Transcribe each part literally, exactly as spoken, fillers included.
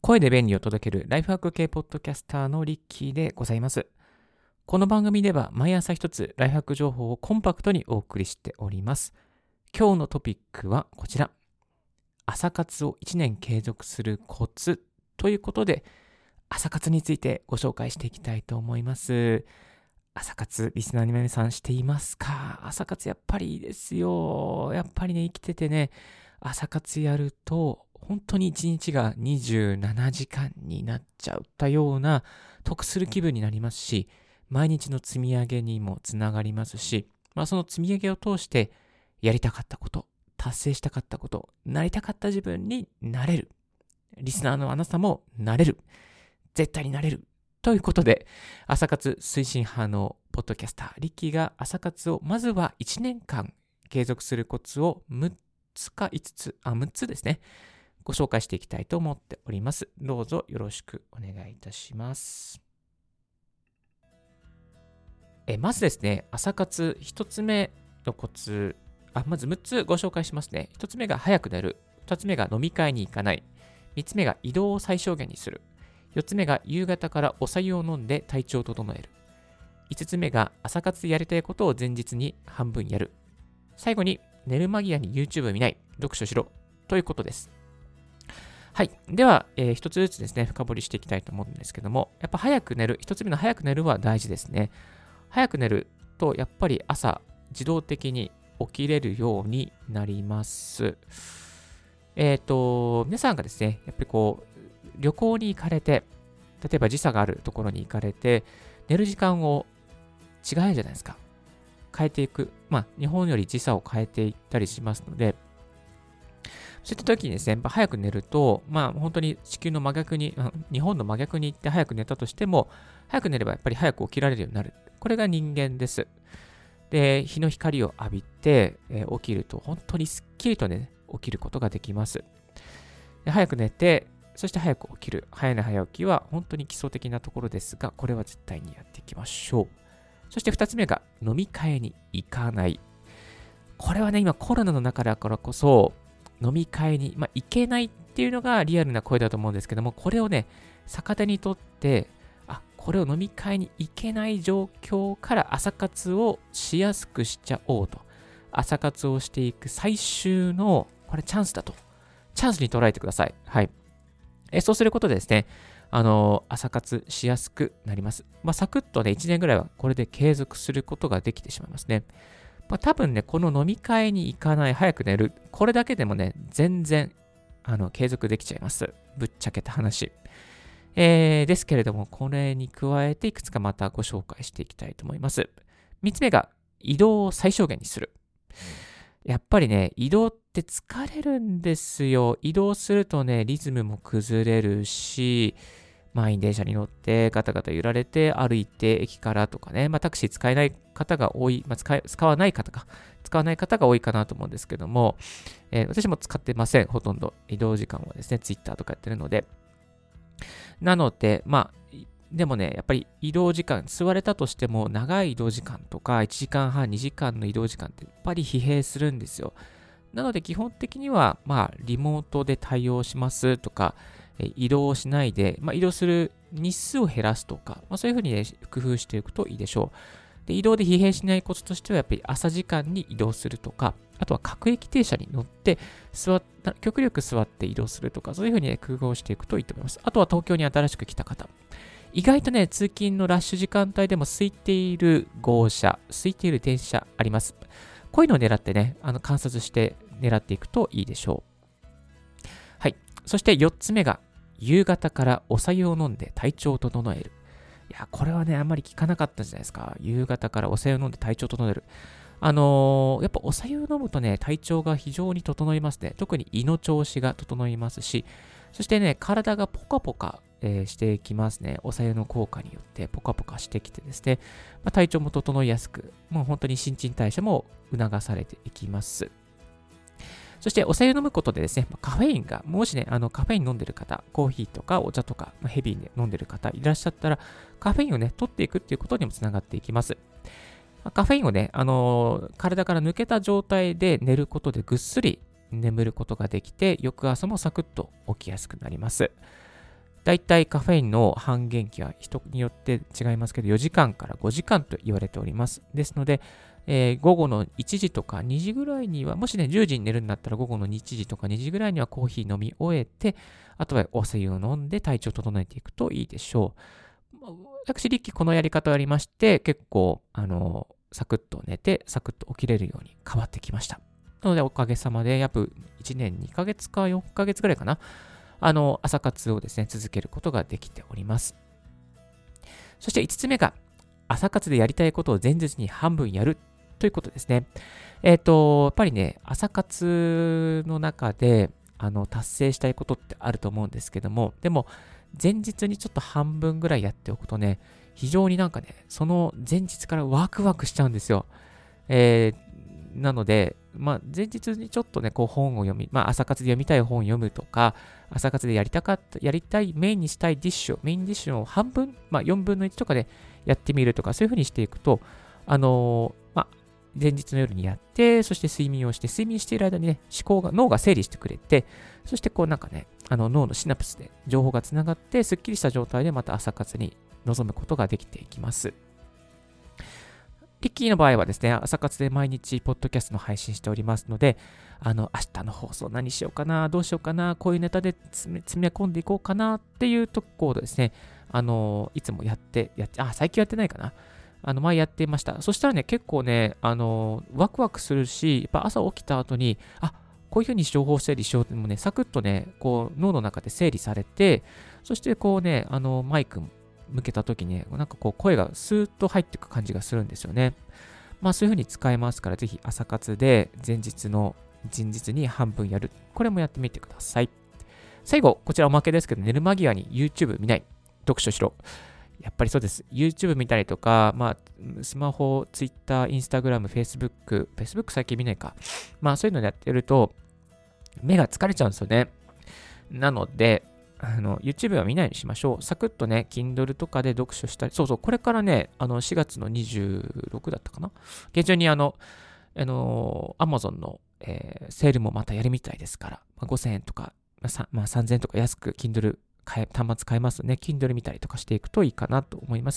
声で便利を届けるライフハック系ポッドキャスターのリッキーでございます。この番組では毎朝一つライフハック情報をコンパクトにお送りしております。今日のトピックはこちら。朝活をいちねん継続するコツということで、朝活についてご紹介していきたいと思います。朝活、リスナーの皆さんしていますか？朝活やっぱりいいですよ。やっぱりね、生きててね、朝活やると、本当に一日がにじゅうななじかんになっちゃったような得する気分になりますし、毎日の積み上げにもつながりますし、まあ、その積み上げを通してやりたかったこと、達成したかったこと、なりたかった自分になれる。リスナーのあなたもなれる。絶対になれる。ということで、朝活推進派のポッドキャスター、リッキーが朝活をまずはいちねんかん継続するコツをむっつかいつつ、あ、むっつですね。ご紹介していきたいと思っております。どうぞよろしくお願いいたします。えまずですね、朝活ひとつめのコツ、あ、まずむっつご紹介しますね。ひとつめが早く寝る。ふたつめが飲み会に行かない。みっつめが移動を最小限にする。よっつめが夕方からお白湯を飲んで体調を整える。いつつめが朝活やりたいことを前日に半分やる。最後に寝る間際に YouTube 見ない。読書しろ。ということです。はい。では、えー、一つずつですね、深掘りしていきたいと思うんですけども、やっぱ早く寝る、一つ目の早く寝るは大事ですね。早く寝ると、やっぱり朝、自動的に起きれるようになります。えっと、皆さんがですね、やっぱりこう、旅行に行かれて、例えば時差があるところに行かれて、寝る時間を違うじゃないですか。変えていく。まあ、日本より時差を変えていったりしますので、そういった時にですね、やっぱ早く寝ると、まあ本当に地球の真逆に、日本の真逆に行って早く寝たとしても、早く寝ればやっぱり早く起きられるようになる。これが人間です。で、日の光を浴びて、えー、起きると、本当にすっきりとね、起きることができます。で早く寝て、そして早く起きる。早寝早起きは本当に基礎的なところですが、これは絶対にやっていきましょう。そして二つ目が、飲み会に行かない。これはね、今コロナの中だからこそ、飲み会に、まあ、行けないっていうのがリアルな声だと思うんですけども、これをね、逆手にとって、あ、これを飲み会に行けない状況から朝活をしやすくしちゃおうと。朝活をしていく最終の、これチャンスだと。チャンスに捉えてください。はい。えそうすることでですね、あのー、朝活しやすくなります。まあ、サクッとね、いちねんぐらいはこれで継続することができてしまいますね。まあ、多分ね、この飲み会に行かない、早く寝る、これだけでもね、全然、あの、継続できちゃいます。ぶっちゃけた話。えー、ですけれども、これに加えて、いくつかまたご紹介していきたいと思います。みっつめが、移動を最小限にする。やっぱりね、移動って疲れるんですよ。移動するとね、リズムも崩れるし、満員電車に乗ってガタガタ揺られて歩いて駅からとかね、まあ、タクシー使えない方が多い、まあ、使い、使わない方か、使わない方が多いかなと思うんですけども、えー、私も使ってません、ほとんど。移動時間はですね、ツイッターとかやってるので。なので、まあ、でもね、やっぱり移動時間、座れたとしても長い移動時間とかいちじかんはん、にじかんの移動時間ってやっぱり疲弊するんですよ。なので基本的には、まあ、リモートで対応しますとか、移動をしないで、まあ、移動する日数を減らすとか、まあ、そういうふうに、ね、工夫していくといいでしょう。で、移動で疲弊しないコツとしては、やっぱり朝時間に移動するとか、あとは各駅停車に乗って、座った、極力座って移動するとか、そういうふうに、ね、工夫をしていくといいと思います。あとは東京に新しく来た方。意外とね、通勤のラッシュ時間帯でも空いている号車、空いている電車あります。こういうのを狙ってね、あの観察して狙っていくといいでしょう。はい。そしてよっつめが、夕方からお白湯を飲んで体調を整える。いや、これはね、あんまり聞かなかったじゃないですか。夕方からお白湯を飲んで体調を整える。あのー、やっぱお白湯を飲むとね、体調が非常に整いますね。特に胃の調子が整いますし、そしてね、体がポカポカ、えー、してきますね。お白湯の効果によってポカポカしてきてですね、まあ、体調も整いやすく、もう本当に新陳代謝も促されていきます。そして、お茶湯飲むことでですね、カフェインが、もしね、あのカフェイン飲んでる方、コーヒーとかお茶とか、ヘビーで飲んでる方いらっしゃったら、カフェインをね、取っていくっていうことにもつながっていきます。カフェインをね、あのー、体から抜けた状態で寝ることでぐっすり眠ることができて、翌朝もサクッと起きやすくなります。 だいたいカフェインの半減期は人によって違いますけど、よじかんからごじかんと言われております。ですので、えー午後のいちじとかにじぐらいには、もしね、じゅうじに寝るんだったら午後のいちじとかにじぐらいにはコーヒー飲み終えて、あとはお水を飲んで体調を整えていくといいでしょう。まあ私、リッキーこのやり方をやりまして、結構、あの、サクッと寝て、サクッと起きれるように変わってきました。なので、おかげさまで、約いちねんにかげつかよっかげつぐらいかな。あの、朝活をですね、続けることができております。そしていつつめが、朝活でやりたいことを前日に半分やるということですね。えっと、やっぱりね、朝活の中で、あの、達成したいことってあると思うんですけども、でも、前日にちょっと半分ぐらいやっておくとね、非常になんかね、その前日からワクワクしちゃうんですよ。えーなので、まあ、前日にちょっとね、こう本を読み、まあ、朝活で読みたい本を読むとか、朝活でやりたかった、やりたい、メインにしたいディッシュを、メインディッシュを半分、まあ、よんぶんのいちとかでやってみるとか、そういう風にしていくと、あのーまあ、前日の夜にやって、そして睡眠をして、睡眠している間にね、思考が、脳が整理してくれて、そしてこうなんかね、あの脳のシナプスで情報がつながって、すっきりした状態でまた朝活に臨むことができていきます。リッキーの場合はですね、朝活で毎日ポッドキャストの配信しておりますので、あの、明日の放送何しようかな、どうしようかな、こういうネタで詰め詰め込んでいこうかなっていうところをですね、あの、いつもやって、やって、あ、最近やってないかな。あの、前やっていました。そしたらね、結構ね、あの、ワクワクするし、やっぱ朝起きた後に、あ、こういうふうに情報整理しようってもね、サクッとね、こう、脳の中で整理されて、そしてこうね、あの、マイク向けた時にね、なんかこう声がスーッと入っていく感じがするんですよね。まあそういう風に使えますから、ぜひ朝活で前日の前日に半分やる。これもやってみてください。最後、こちらおまけですけど、寝る間際に YouTube 見ない。読書しろ。やっぱりそうです。YouTube 見たりとか、まあ、スマホ、Twitter、Instagram、Facebook、Facebook 最近見ないか。まあそういうのやってると、目が疲れちゃうんですよね。なので、あの、YouTube は見ないようにしましょう。サクッとね、Kindle とかで読書したり、そうそう、これからね、あの、しがつのにじゅうろくだったかな。現状にあの、あの、Amazon の、えーセールもまたやるみたいですから、まあ、ごせんえんとか、まあさまあ、さんぜんえんとか安く Kindle 買え、端末買えますので、Kindle 見たりとかしていくといいかなと思います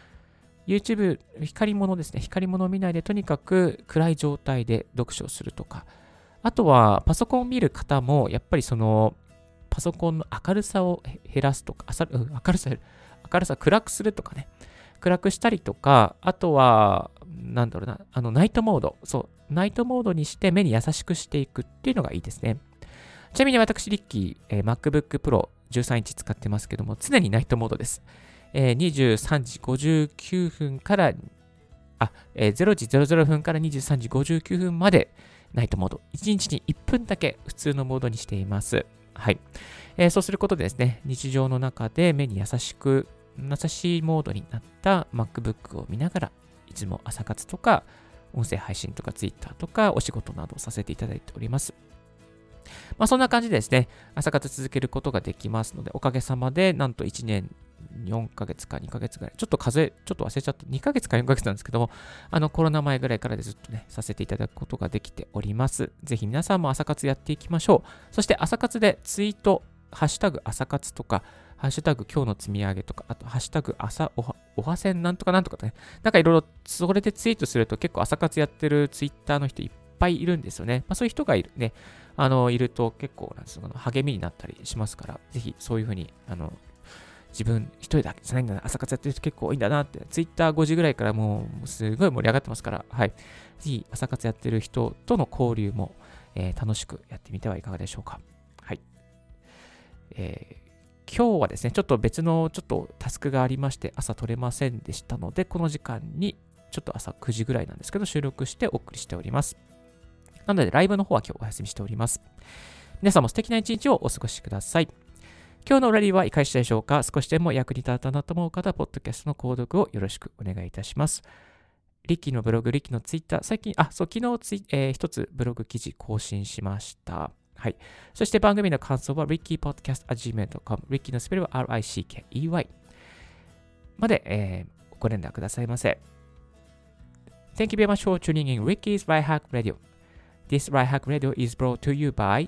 。YouTube、光り物ですね。光り物を見ないで、とにかく暗い状態で読書をするとか、あとは、パソコンを見る方も、やっぱりその、パソコンの明るさを減らすとか、あさうん、明るさ、明るさ暗くするとかね、暗くしたりとか、あとは、なんだろうな、あの、ナイトモード、そう、ナイトモードにして目に優しくしていくっていうのがいいですね。ちなみに私、リッキー、えー MacBook Pro じゅうさんインチ使ってますけども、常にナイトモードです。えーにじゅうさんじごじゅうきゅうふんから、あ、えー、れいじぜろぜろふんからにじゅうさんじごじゅうきゅうふんまでナイトモード。いちにちにいっぷんだけ普通のモードにしています。はい。えーそうすることでですね、日常の中で目に優しく、優しいモードになった MacBook を見ながら、いつも朝活とか、音声配信とか Twitter とか、お仕事などをさせていただいております。まあそんな感じでですね、朝活続けることができますので、おかげさまで、なんといちねんよんかげつかにかげつぐらい、ちょっと数え、ちょっと忘れちゃった、にかげつかよんかげつなんですけども、あのコロナ前ぐらいからでずっとね、させていただくことができております。ぜひ皆さんも朝活やっていきましょう。そして朝活でツイート、ハッシュタグ朝活とか、ハッシュタグ今日の積み上げとか、あとハッシュタグ朝おは、おはせんなんとかなんとかね、なんかいろいろそれでツイートすると結構朝活やってるツイッターの人いっぱいいるんですよね。まあそういう人がいるね、あの、いると結構なんです励みになったりしますから、ぜひそういうふうに、あの、自分一人だけじゃないんだな、朝活やってる人結構多いんだなって、ツイッターごじぐらいからもうすごい盛り上がってますから、はい。ぜひ朝活やってる人との交流も、えー楽しくやってみてはいかがでしょうか。はい。えー今日はですね、ちょっと別のちょっとタスクがありまして、朝取れませんでしたので、この時間にちょっと朝くじぐらいなんですけど、収録してお送りしております。なので、ライブの方は今日お休みしております。皆さんも素敵な一日をお過ごしください。今日のラリーはいかがでしたでしょうか。少しでも役に立ったなと思う方は、ポッドキャストの購読をよろしくお願いいたします。リッキーのブログ、リッキーのツイッター、最近、あ、そう、昨日ツイ、えー一つブログ記事更新しました。はい。そして番組の感想は リッキーポッドキャスト アット ジーメール ドット コム、リッキーのスペルは アール アイ シー ケー イー ワイ まで、えーご連絡くださいませ。Thank you very much for tuning in Ricky's Right Hack Radio. This Right Hack Radio is brought to you by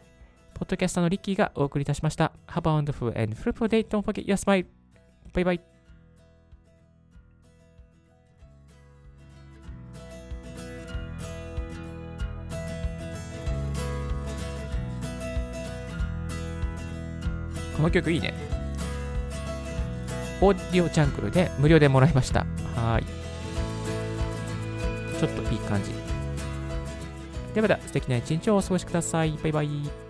ポッドキャスターのリッキーがお送りいたしました。Have a wonderful and fruitful day. Don't forget your smile. バイバイ。この曲いいね。オーディオジャングルで無料でもらいました。はーい。ちょっといい感じ。ではでは素敵な一日をお過ごしください。バイバイ。